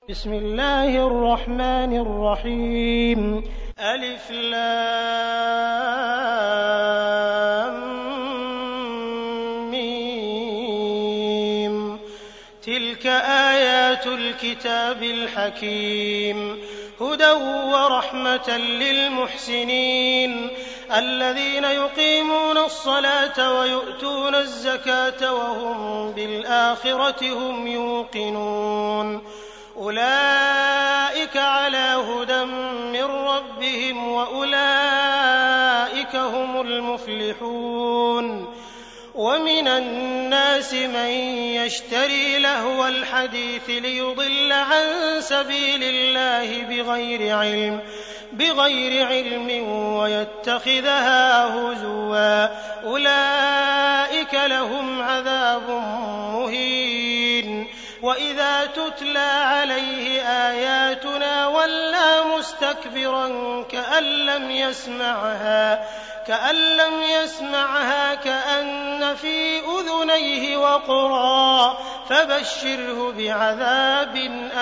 بسم الله الرحمن الرحيم ألف لام ميم تلك آيات الكتاب الحكيم هدى ورحمة للمحسنين الذين يقيمون الصلاة ويؤتون الزكاة وهم بالآخرة هم يوقنون أولئك على هدى من ربهم وأولئك هم المفلحون ومن الناس من يشتري لهو الحديث ليضل عن سبيل الله بغير علم ويتخذها هزوا أولئك لهم عذاب مهين وإذا تتلى عليه آياتنا ولى مستكبرا كأن لم يسمعها كأن في أذنيه وقرا فبشره بعذاب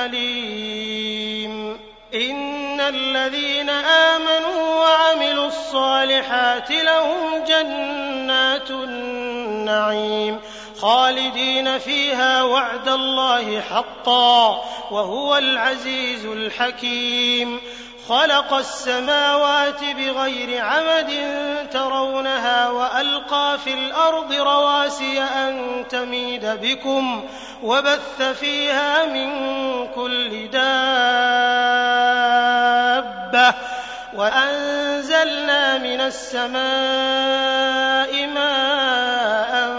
أليم إن الذين آمنوا وعملوا الصالحات لهم جنات النعيم خالدين فيها وعد الله حقا وهو العزيز الحكيم خلق السماوات بغير عمد ترونها وألقى في الأرض رواسي أن تميد بكم وبث فيها من كل دابة وأنزلنا من السماء ماء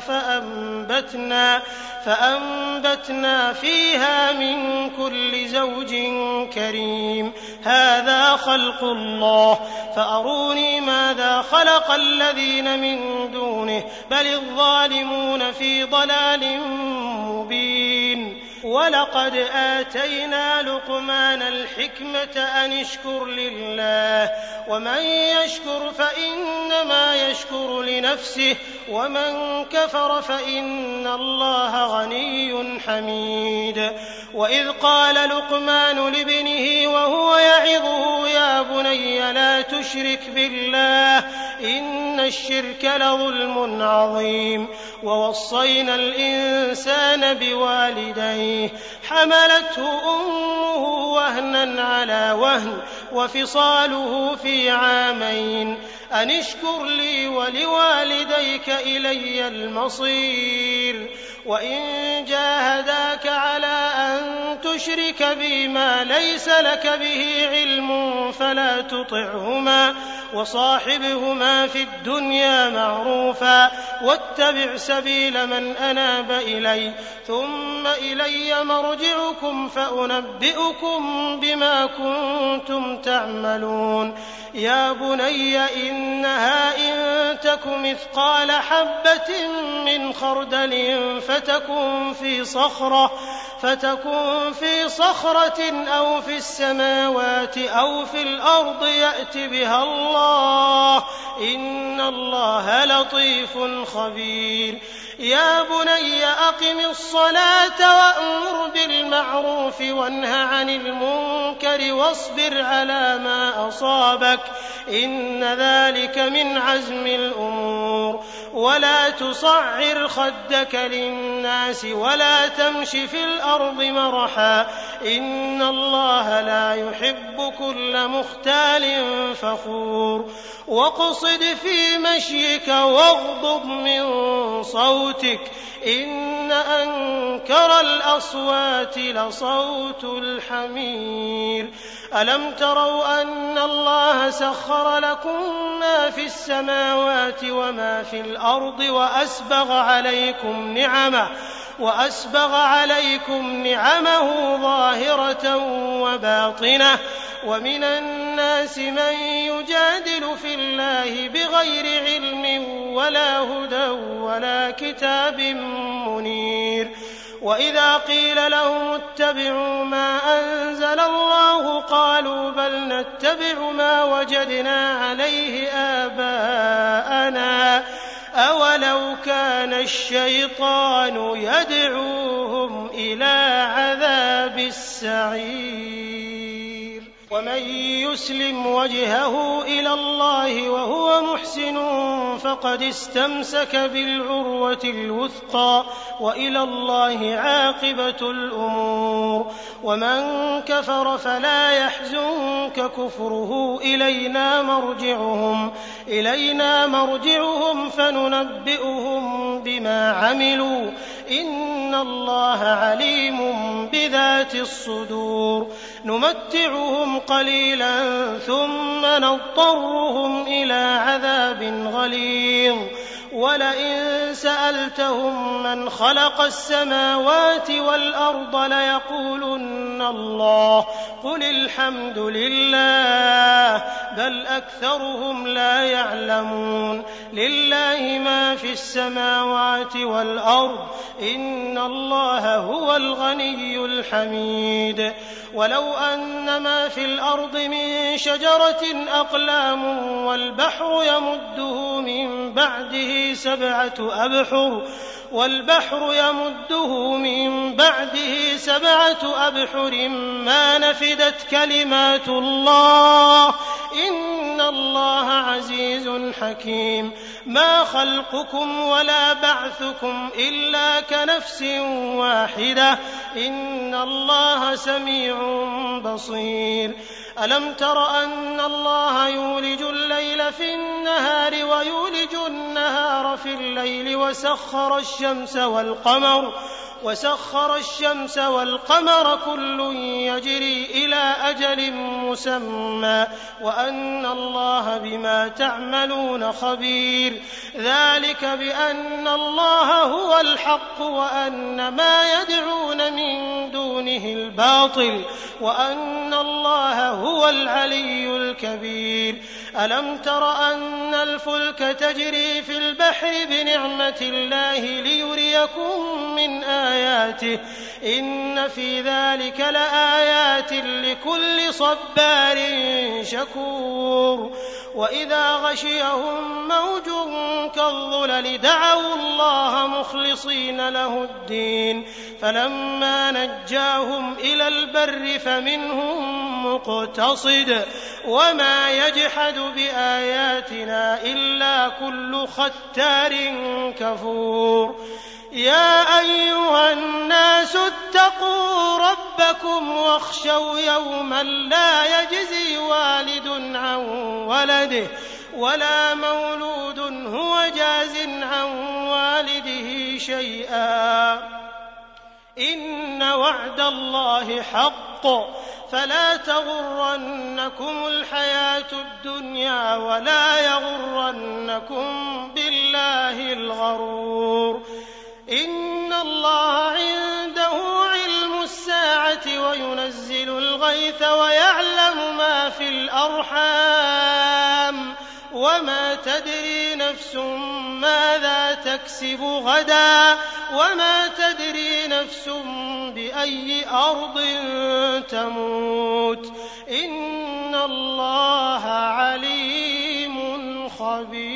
فأنبتنا فيها من كل زوج كريم هذا خلق الله فأروني ماذا خلق الذين من دونه بل الظالمون في ضلال مبين ولقد آتينا لقمان الحكمة أن اشكر لله ومن يشكر فإنما يشكر لنفسه ومن كفر فإن الله غني حميد وإذ قال لقمان لابنه وهو يعظه يا بني لا تشرك بالله إن الشرك لظلم عظيم ووصينا الإنسان بوالديه حملته أمه وهنا على وهن وفصاله في عامين أن اشكر لي ولوالديك إلي المصير وإن جاهداك على أن تشرك بي ما ليس لك به علم فلا تطعهما وصاحبهما في الدنيا معروفا واتبع سبيل من أناب إلي ثم إلي مرجعكم فأنبئكم بما كنتم تعملون يا بني إنها إن تك مثقال حبة من خردل فتكن في صخرة أو في السماوات أو في الأرض يأت بها الله إن الله لطيف خبير يا بني أقم الصلاة وأمر بالمعروف وانه عن المنكر واصبر على ما أصابك إن ذلك من عزم الأمور ولا تصعر خدك للناس ولا تمش في الأرض مرحا إن الله لا يحب كل مختال فخور واقصد في مشيك واغضض من صوتك إن أنكر الأصوات لصوت الحمير ألم تروا أن الله سخر لكم ما في السماوات وما في الأرض وأسبغ عليكم نعمه ظاهرة وباطنة ومن الناس من يجادل في الله بغير علم ولا هدى ولا كتاب منير وإذا قيل لهم اتبعوا ما أنزل الله قالوا بل نتبع ما وجدنا عليه آباءنا أولو كان الشيطان يدعوهم إلى عذاب السعير ومن يسلم وجهه إلى الله وهو محسن فقد استمسك بالعروة الوثقى وإلى الله عاقبة الأمور ومن كفر فلا يحزنك كفره إلينا مرجعهم فننبئهم بما عملوا إن الله عليم بذات الصدور نمتعهم قليلا ثم نضطرهم إلى عذاب غليظ ولئن سألتهم من خلق السماوات والأرض ليقولن الله قل الحمد لله بل أكثرهم لا يعلمون لله ما في السماوات والأرض إن الله هو الغني الحميد ولو أن ما في الأرض من شجرة أقلام والبحر يمده من بعده سبعة أبحر ما نفدت كلمات الله إن الله عزيز حكيم ما خلقكم ولا بعثكم إلا كنفس واحدة إن الله سميع بصير ألم تر أن الله يولج الليل في النهار ويولج النهار في الليل وسخر الشمس والقمر كل يجري إلى أجل مسمى وأن الله بما تعملون خبير ذلك بأن الله هو الحق وأن ما يدعون من دونه الباطل وأن الله هو العلي الكبير ألم تر أن الفلك تجري في البحر بنعمة الله ليريكم من آياته إن في ذلك لآيات لكل صبار شكور وإذا غشيهم موج كالظلل دعوا الله مخلصين له الدين فلما نجاهم إلى البر فمنهم مقتصد وما يجحد بآياتنا إلا كل ختار كفور يا أيها الناس اتقوا ربكم واخشوا يوما لا يجزي والد عن ولده ولا مولود هو جاز عن والده شيئا إن وعد الله حق فلا تغرنكم الحياة الدنيا ولا يغرنكم بالله الغرور إن الله عنده علم الساعة وينزل الغيث ويعلم ما في الأرحام وما تدري نفس ماذا تكسب غدا وما تدري نفس بأي أرض تموت إن الله عليم خبير